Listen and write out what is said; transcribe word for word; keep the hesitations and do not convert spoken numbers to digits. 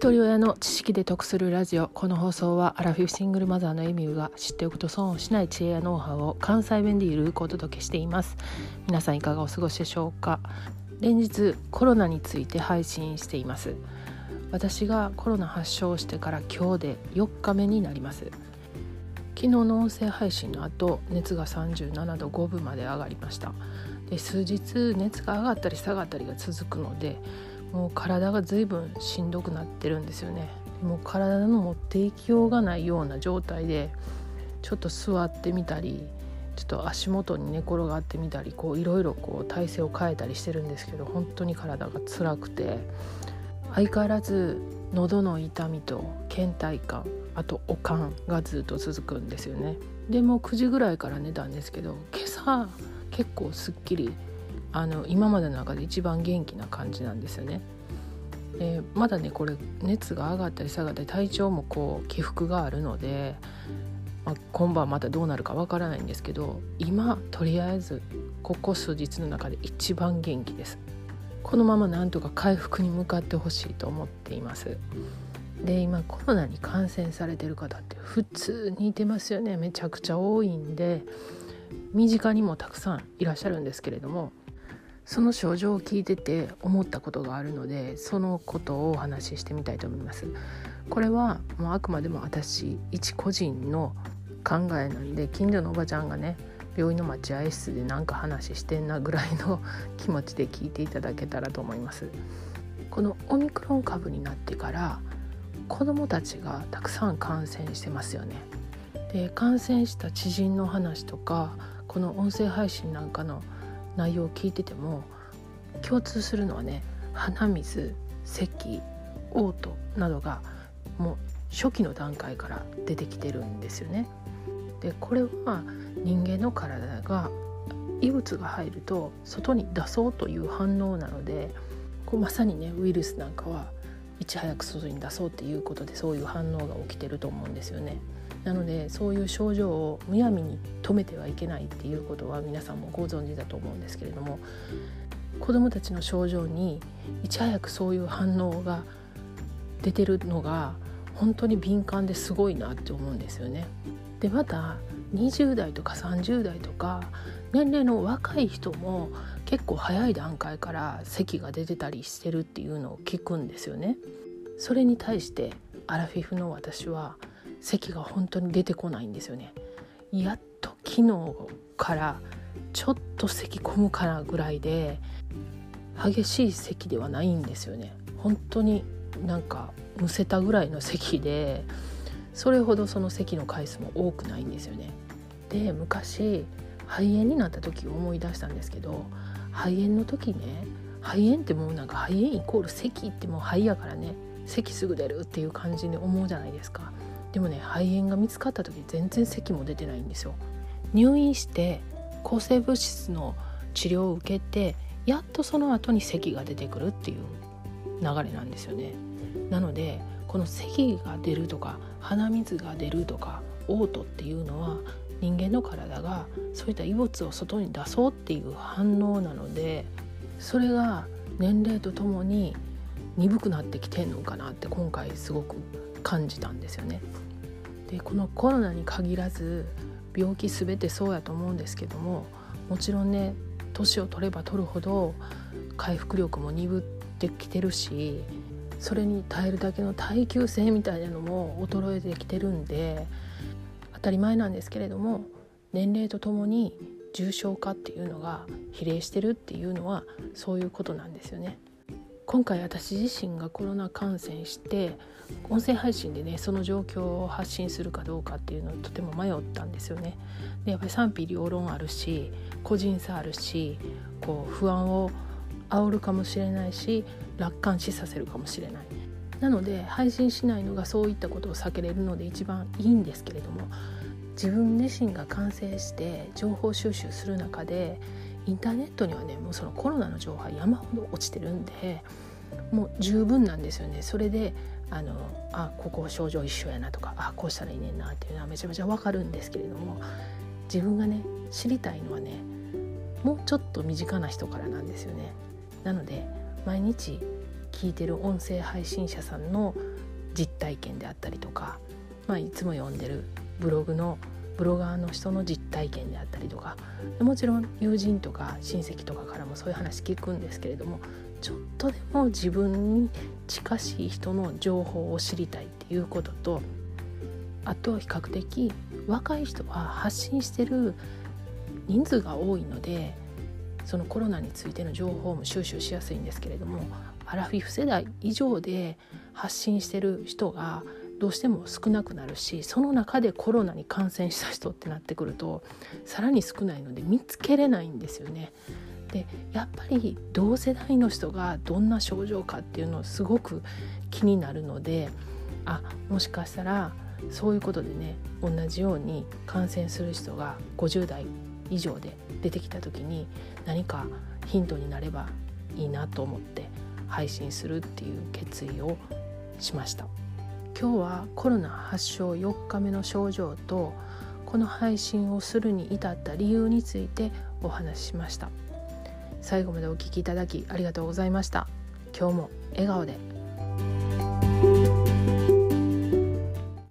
一人親の知識で得するラジオ。この放送はアラフィフシングルマザーのエミューが知っておくと損をしない知恵やノウハウを関西弁でゆるくお届けしています。皆さんいかがお過ごしでしょうか。連日コロナについて配信しています。私がコロナ発症してから今日でよっかめになります。昨日の音声配信の後、熱がさんじゅうななどごぶまで上がりました。で数日熱が上がったり下がったりが続くので、もう体が随分しんどくなってるんですよね。もう体の持っていきようがないような状態で、ちょっと座ってみたり、ちょっと足元に寝転がってみたり、こういろいろこう体勢を変えたりしてるんですけど、本当に体が辛くて、相変わらず喉の痛みと倦怠感、あと悪寒がずっと続くんですよね。でもくじぐらいから寝たんですけど、今朝結構すっきり、あの今までの中で一番元気な感じなんですよね。でまだねこれ熱が上がったり下がったり、体調もこう起伏があるので、まあ、今晩またどうなるかわからないんですけど、今とりあえずここ数日の中で一番元気です。このままなんとか回復に向かってほしいと思っています。で今コロナに感染されている方って普通にいてますよね。めちゃくちゃ多いんで、身近にもたくさんいらっしゃるんですけれども、その症状を聞いてて思ったことがあるので、そのことをお話ししてみたいと思います。これはもうあくまでも私一個人の考えなんで、近所のおばちゃんがね病院の待合室でなんか話してんなぐらいの気持ちで聞いていただけたらと思います。このオミクロン株になってから子どもたちがたくさん感染してますよね。で感染した知人の話とか、この音声配信なんかの内容を聞いてても共通するのはね、鼻水、咳、嘔吐などがもう初期の段階から出てきてるんですよね。でこれは人間の体が異物が入ると外に出そうという反応なので、こうまさにねウイルスなんかはいち早く外に出そうっていうことで、そういう反応が起きてると思うんですよね。なのでそういう症状をむやみに止めてはいけないっていうことは皆さんもご存知だと思うんですけれども、子どもたちの症状にいち早くそういう反応が出てるのが本当に敏感ですごいなって思うんですよね。でまたにじゅう代とかさんじゅう代とか年齢の若い人も結構早い段階から咳が出てたりしてるっていうのを聞くんですよね。それに対してアラフィフの私は咳が本当に出てこないんですよね。やっと昨日からちょっと咳込むかなぐらいで、激しい咳ではないんですよね。本当になんかむせたぐらいの咳で、それほどその咳の回数も多くないんですよね。で昔肺炎になった時を思い出したんですけど、肺炎の時ね、肺炎ってもうなんか肺炎イコール咳ってもう肺やからね、咳すぐ出るっていう感じで思うじゃないですか。でもね、肺炎が見つかった時全然咳も出てないんですよ。入院して抗生物質の治療を受けて、やっとその後に咳が出てくるっていう流れなんですよね。なのでこの咳が出るとか鼻水が出るとか嘔吐っていうのは、人間の体がそういった異物を外に出そうっていう反応なので、それが年齢とともに鈍くなってきてんのかなって今回すごく感じたんですよね。でこのコロナに限らず病気すべてそうやと思うんですけども、もちろんね年を取れば取るほど回復力も鈍ってきてるし、それに耐えるだけの耐久性みたいなのも衰えてきてるんで、当たり前なんですけれども、年齢とともに重症化っていうのが比例してるっていうのはそういうことなんですよね。今回私自身がコロナ感染して音声配信でねその状況を発信するかどうかっていうのをとても迷ったんですよね。でやっぱり賛否両論あるし、個人差あるし、こう不安を煽るかもしれないし、楽観視させるかもしれない。なので配信しないのがそういったことを避けれるので一番いいんですけれども、自分自身が感染して情報収集する中で、インターネットにはねもうそのコロナの情報は山ほど落ちてるんで、もう十分なんですよね。それであのあここ症状一緒やなとか、あこうしたらいいねんなっていうのはめちゃめちゃわかるんですけれども、自分がね知りたいのはねもうちょっと身近な人からなんですよね。なので毎日聞いてる音声配信者さんの実体験であったりとか、まあ、いつも読んでるブログのブロガーの人の実体験であったりとか、もちろん友人とか親戚とかからもそういう話聞くんですけれども、ちょっとでも自分に近しい人の情報を知りたいっていうことと、あと比較的若い人は発信してる人数が多いので、そのコロナについての情報も収集しやすいんですけれども、アラフィフ世代以上で発信してる人がどうしても少なくなるし、その中でコロナに感染した人ってなってくるとさらに少ないので見つけれないんですよね。でやっぱり同世代の人がどんな症状かっていうのすごく気になるので、あもしかしたらそういうことでね、同じように感染する人がごじゅう代以上で出てきた時に何かヒントになればいいなと思って配信するっていう決意をしました。今日はコロナ発症よっかめの症状と、この配信をするに至った理由についてお話ししました。最後までお聞きいただきありがとうございました。今日も笑顔で